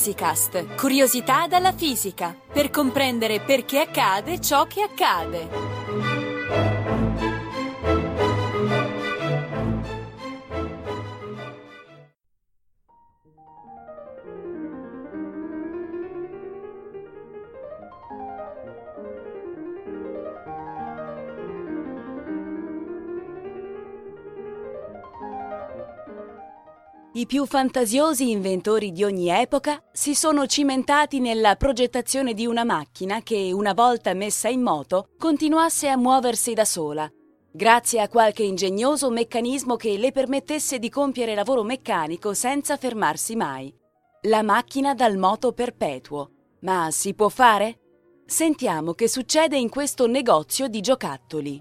Fisicast, curiosità dalla fisica, per comprendere perché accade ciò che accade. I più fantasiosi inventori di ogni epoca si sono cimentati nella progettazione di una macchina che, una volta messa in moto, continuasse a muoversi da sola, grazie a qualche ingegnoso meccanismo che le permettesse di compiere lavoro meccanico senza fermarsi mai. La macchina dal moto perpetuo. Ma si può fare? Sentiamo che succede in questo negozio di giocattoli.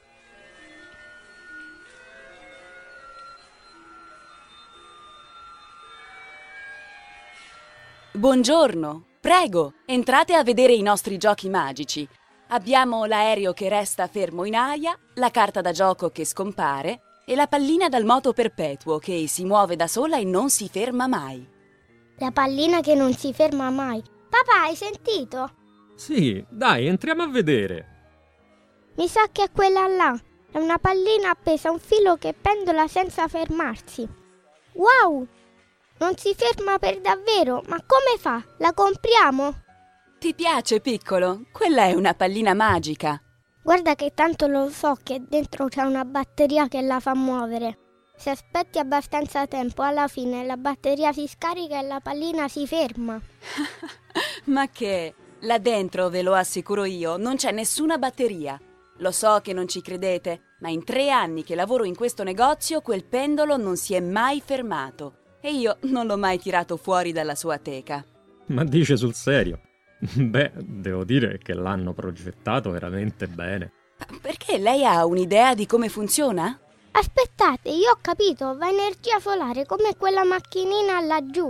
Buongiorno, prego, entrate a vedere i nostri giochi magici. Abbiamo l'aereo che resta fermo in aria, la carta da gioco che scompare e la pallina dal moto perpetuo che si muove da sola e non si ferma mai. La pallina che non si ferma mai. Papà, hai sentito? Sì, dai, entriamo a vedere. Mi sa che è quella là. È una pallina appesa a un filo che pendola senza fermarsi. Wow! Non si ferma per davvero, ma come fa? La compriamo? Ti piace, piccolo? Quella è una pallina magica. Guarda che tanto lo so che dentro c'è una batteria che la fa muovere. Se aspetti abbastanza tempo, alla fine la batteria si scarica e la pallina si ferma. Ma che? Là dentro, ve lo assicuro io, non c'è nessuna batteria. Lo so che non ci credete, ma in 3 anni che lavoro in questo negozio quel pendolo non si è mai fermato. E io non l'ho mai tirato fuori dalla sua teca. Ma dice sul serio? Beh, devo dire che l'hanno progettato veramente bene. Perché lei ha un'idea di come funziona? Aspettate, io ho capito, va energia solare come quella macchinina laggiù.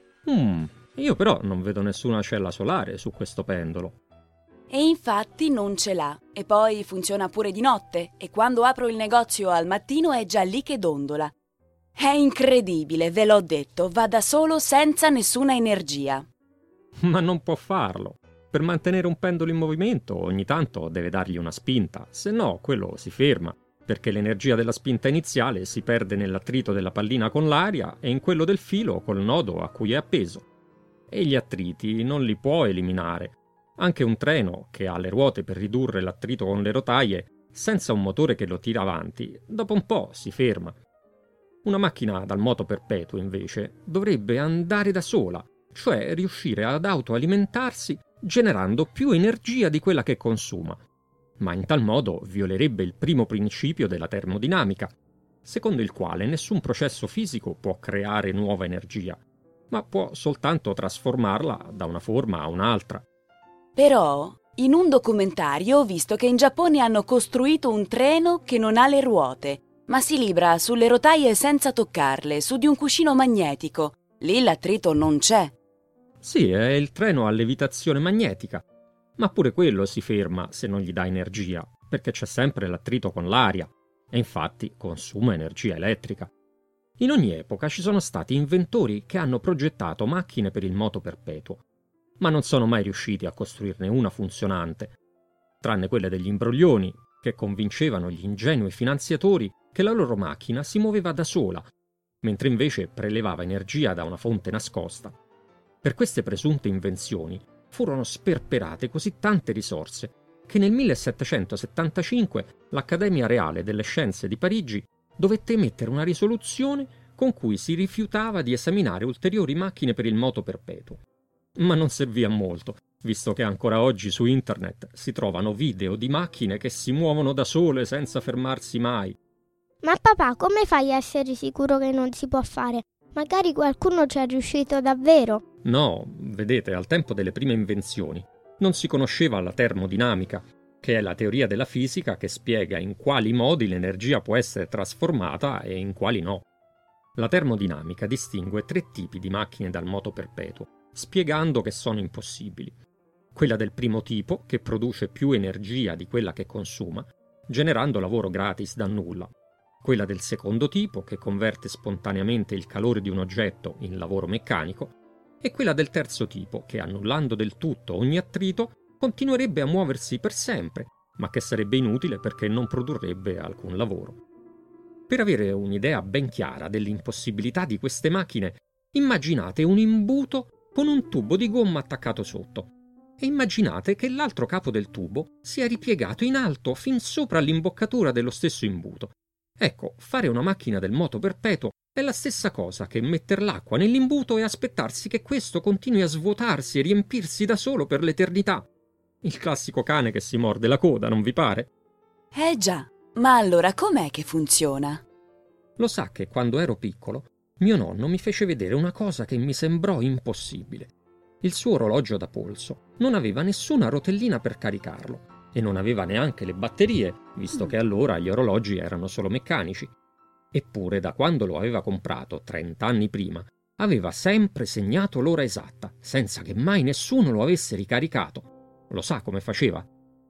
Io però non vedo nessuna cella solare su questo pendolo. E infatti non ce l'ha. E poi funziona pure di notte. E quando apro il negozio al mattino è già lì che dondola. È incredibile, ve l'ho detto, va da solo senza nessuna energia. Ma non può farlo. Per mantenere un pendolo in movimento ogni tanto deve dargli una spinta, se no quello si ferma, perché l'energia della spinta iniziale si perde nell'attrito della pallina con l'aria e in quello del filo col nodo a cui è appeso. E gli attriti non li può eliminare. Anche un treno, che ha le ruote per ridurre l'attrito con le rotaie, senza un motore che lo tira avanti, dopo un po' si ferma. Una macchina dal moto perpetuo, invece, dovrebbe andare da sola, cioè riuscire ad autoalimentarsi generando più energia di quella che consuma. Ma in tal modo violerebbe il primo principio della termodinamica, secondo il quale nessun processo fisico può creare nuova energia, ma può soltanto trasformarla da una forma a un'altra. Però, in un documentario ho visto che in Giappone hanno costruito un treno che non ha le ruote, ma si libra sulle rotaie senza toccarle, su di un cuscino magnetico. Lì l'attrito non c'è. Sì, è il treno a levitazione magnetica, ma pure quello si ferma se non gli dà energia, perché c'è sempre l'attrito con l'aria, e infatti consuma energia elettrica. In ogni epoca ci sono stati inventori che hanno progettato macchine per il moto perpetuo, ma non sono mai riusciti a costruirne una funzionante, tranne quelle degli imbroglioni, che convincevano gli ingenui finanziatori che la loro macchina si muoveva da sola, mentre invece prelevava energia da una fonte nascosta. Per queste presunte invenzioni furono sperperate così tante risorse che nel 1775 l'Accademia Reale delle Scienze di Parigi dovette emettere una risoluzione con cui si rifiutava di esaminare ulteriori macchine per il moto perpetuo. Ma non servì a molto, visto che ancora oggi su internet si trovano video di macchine che si muovono da sole senza fermarsi mai. Ma papà, come fai a essere sicuro che non si può fare? Magari qualcuno ci è riuscito davvero. No, vedete, al tempo delle prime invenzioni non si conosceva la termodinamica, che è la teoria della fisica che spiega in quali modi l'energia può essere trasformata e in quali no. La termodinamica distingue 3 tipi di macchine dal moto perpetuo, spiegando che sono impossibili. Quella del primo tipo, che produce più energia di quella che consuma, generando lavoro gratis da nulla. Quella del secondo tipo, che converte spontaneamente il calore di un oggetto in lavoro meccanico, e quella del terzo tipo, che annullando del tutto ogni attrito, continuerebbe a muoversi per sempre, ma che sarebbe inutile perché non produrrebbe alcun lavoro. Per avere un'idea ben chiara dell'impossibilità di queste macchine, immaginate un imbuto con un tubo di gomma attaccato sotto e immaginate che l'altro capo del tubo sia ripiegato in alto fin sopra l'imboccatura dello stesso imbuto. Ecco, fare una macchina del moto perpetuo è la stessa cosa che mettere l'acqua nell'imbuto e aspettarsi che questo continui a svuotarsi e riempirsi da solo per l'eternità. Il classico cane che si morde la coda, non vi pare? Già, ma allora com'è che funziona? Lo sa che quando ero piccolo, mio nonno mi fece vedere una cosa che mi sembrò impossibile. Il suo orologio da polso non aveva nessuna rotellina per caricarlo e non aveva neanche le batterie, visto che allora gli orologi erano solo meccanici. Eppure, da quando lo aveva comprato 30 anni prima, aveva sempre segnato l'ora esatta, senza che mai nessuno lo avesse ricaricato. Lo sa come faceva?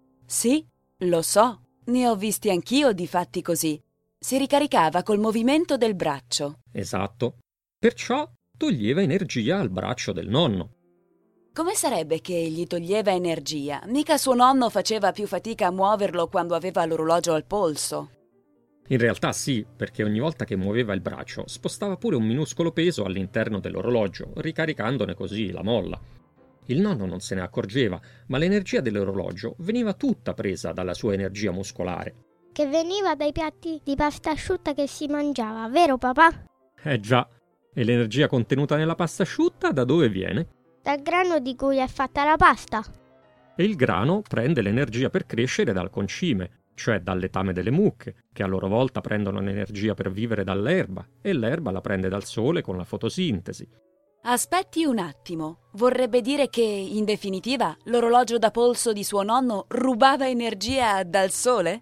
Sì, lo so. Ne ho visti anch'io di fatti così. Si ricaricava col movimento del braccio. Esatto. Perciò toglieva energia al braccio del nonno. Come sarebbe che gli toglieva energia? Mica suo nonno faceva più fatica a muoverlo quando aveva l'orologio al polso. In realtà sì, perché ogni volta che muoveva il braccio spostava pure un minuscolo peso all'interno dell'orologio, ricaricandone così la molla. Il nonno non se ne accorgeva, ma l'energia dell'orologio veniva tutta presa dalla sua energia muscolare. Che veniva dai piatti di pasta asciutta che si mangiava, vero papà? Già, e l'energia contenuta nella pasta asciutta da dove viene? Dal grano di cui è fatta la pasta. E il grano prende l'energia per crescere dal concime, cioè dal letame delle mucche, che a loro volta prendono l'energia per vivere dall'erba, e l'erba la prende dal sole con la fotosintesi. Aspetti un attimo, vorrebbe dire che, in definitiva, l'orologio da polso di suo nonno rubava energia dal sole?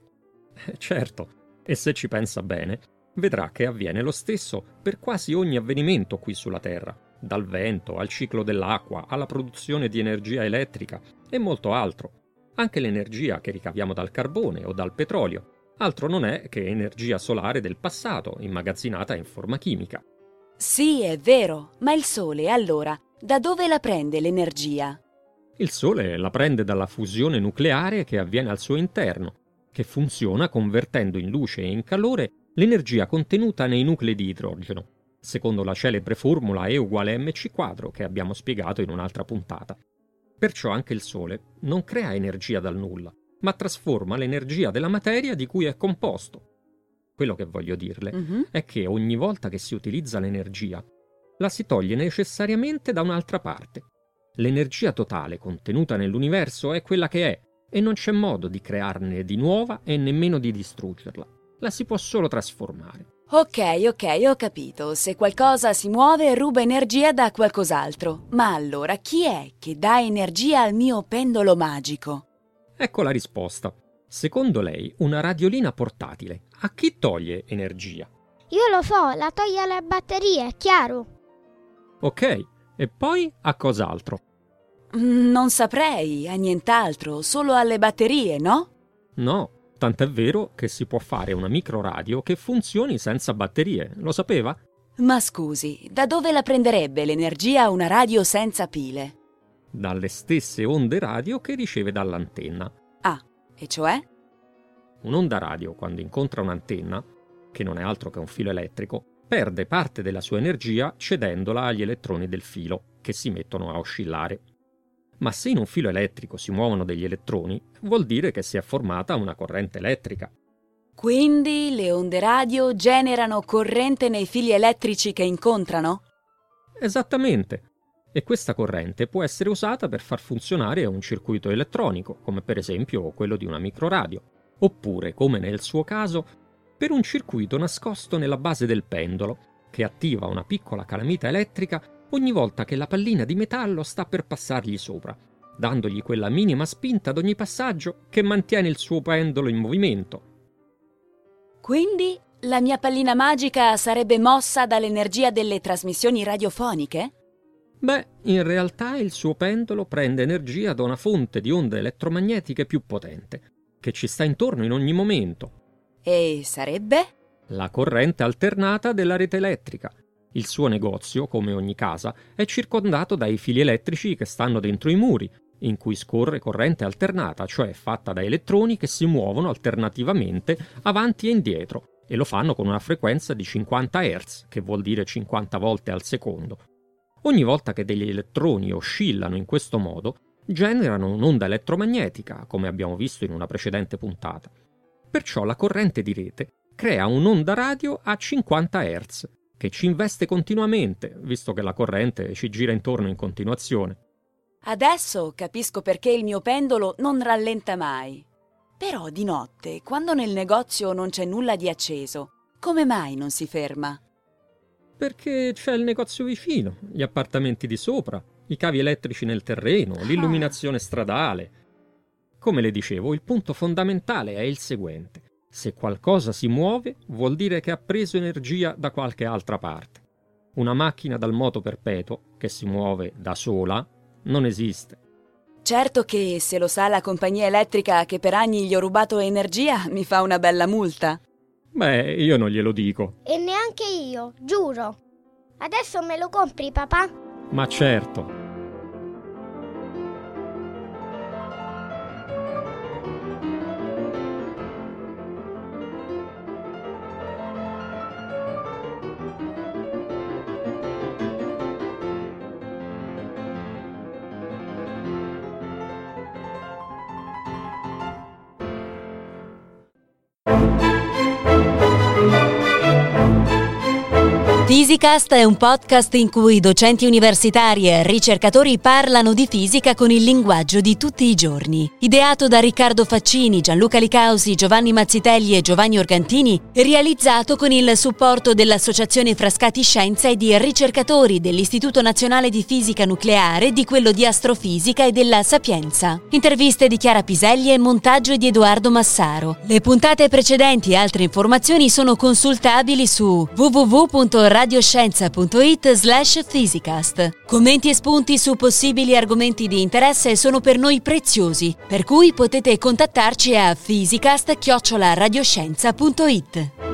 Certo, e se ci pensa bene, vedrà che avviene lo stesso per quasi ogni avvenimento qui sulla Terra, dal vento al ciclo dell'acqua alla produzione di energia elettrica e molto altro. Anche l'energia che ricaviamo dal carbone o dal petrolio, altro non è che energia solare del passato immagazzinata in forma chimica. Sì, è vero, ma il Sole, allora, da dove la prende l'energia? Il Sole la prende dalla fusione nucleare che avviene al suo interno, che funziona convertendo in luce e in calore l'energia contenuta nei nuclei di idrogeno, secondo la celebre formula E uguale mc quadro che abbiamo spiegato in un'altra puntata. Perciò anche il Sole non crea energia dal nulla, ma trasforma l'energia della materia di cui è composto. Quello che voglio dirle è che ogni volta che si utilizza l'energia, la si toglie necessariamente da un'altra parte. L'energia totale contenuta nell'universo è quella che è, e non c'è modo di crearne di nuova e nemmeno di distruggerla. La si può solo trasformare. Ok, ho capito. Se qualcosa si muove, ruba energia da qualcos'altro. Ma allora chi è che dà energia al mio pendolo magico? Ecco la risposta. Secondo lei, una radiolina portatile a chi toglie energia? Io lo so, la toglie alle batterie, è chiaro. Ok, e poi a cos'altro? Non saprei, a nient'altro, solo alle batterie, no? No, tant'è vero che si può fare una microradio che funzioni senza batterie, lo sapeva? Ma scusi, da dove la prenderebbe l'energia una radio senza pile? Dalle stesse onde radio che riceve dall'antenna. Ah, e cioè? Un'onda radio, quando incontra un'antenna, che non è altro che un filo elettrico, perde parte della sua energia cedendola agli elettroni del filo, che si mettono a oscillare. Ma se in un filo elettrico si muovono degli elettroni, vuol dire che si è formata una corrente elettrica. Quindi le onde radio generano corrente nei fili elettrici che incontrano? Esattamente. E questa corrente può essere usata per far funzionare un circuito elettronico, come per esempio quello di una microradio, oppure, come nel suo caso, per un circuito nascosto nella base del pendolo, che attiva una piccola calamita elettrica ogni volta che la pallina di metallo sta per passargli sopra, dandogli quella minima spinta ad ogni passaggio che mantiene il suo pendolo in movimento. Quindi la mia pallina magica sarebbe mossa dall'energia delle trasmissioni radiofoniche? Beh, in realtà il suo pendolo prende energia da una fonte di onde elettromagnetiche più potente, che ci sta intorno in ogni momento. E sarebbe? La corrente alternata della rete elettrica, Il suo negozio, come ogni casa, è circondato dai fili elettrici che stanno dentro i muri, in cui scorre corrente alternata, cioè fatta da elettroni che si muovono alternativamente avanti e indietro, e lo fanno con una frequenza di 50 Hz, che vuol dire 50 volte al secondo. Ogni volta che degli elettroni oscillano in questo modo, generano un'onda elettromagnetica, come abbiamo visto in una precedente puntata. Perciò la corrente di rete crea un'onda radio a 50 Hz, che ci investe continuamente, visto che la corrente ci gira intorno in continuazione. Adesso capisco perché il mio pendolo non rallenta mai. Però di notte, quando nel negozio non c'è nulla di acceso, come mai non si ferma? Perché c'è il negozio vicino, gli appartamenti di sopra, i cavi elettrici nel terreno, l'illuminazione stradale. Come le dicevo, il punto fondamentale è il seguente. Se qualcosa si muove, vuol dire che ha preso energia da qualche altra parte. Una macchina dal moto perpetuo, che si muove da sola, non esiste. Certo che se lo sa la compagnia elettrica che per anni gli ho rubato energia, mi fa una bella multa. Beh, io non glielo dico. E neanche io, giuro. Adesso me lo compri, papà? Ma certo. Fisicast è un podcast in cui docenti universitari e ricercatori parlano di fisica con il linguaggio di tutti i giorni. Ideato da Riccardo Faccini, Gianluca Licausi, Giovanni Mazzitelli e Giovanni Organtini, realizzato con il supporto dell'Associazione Frascati Scienza e di ricercatori dell'Istituto Nazionale di Fisica Nucleare, di quello di Astrofisica e della Sapienza. Interviste di Chiara Piselli e montaggio di Edoardo Massaro. Le puntate precedenti e altre informazioni sono consultabili su www.radioscienza.it/Fisicast. Commenti e spunti su possibili argomenti di interesse sono per noi preziosi, per cui potete contattarci a fisicast@radioscienza.it.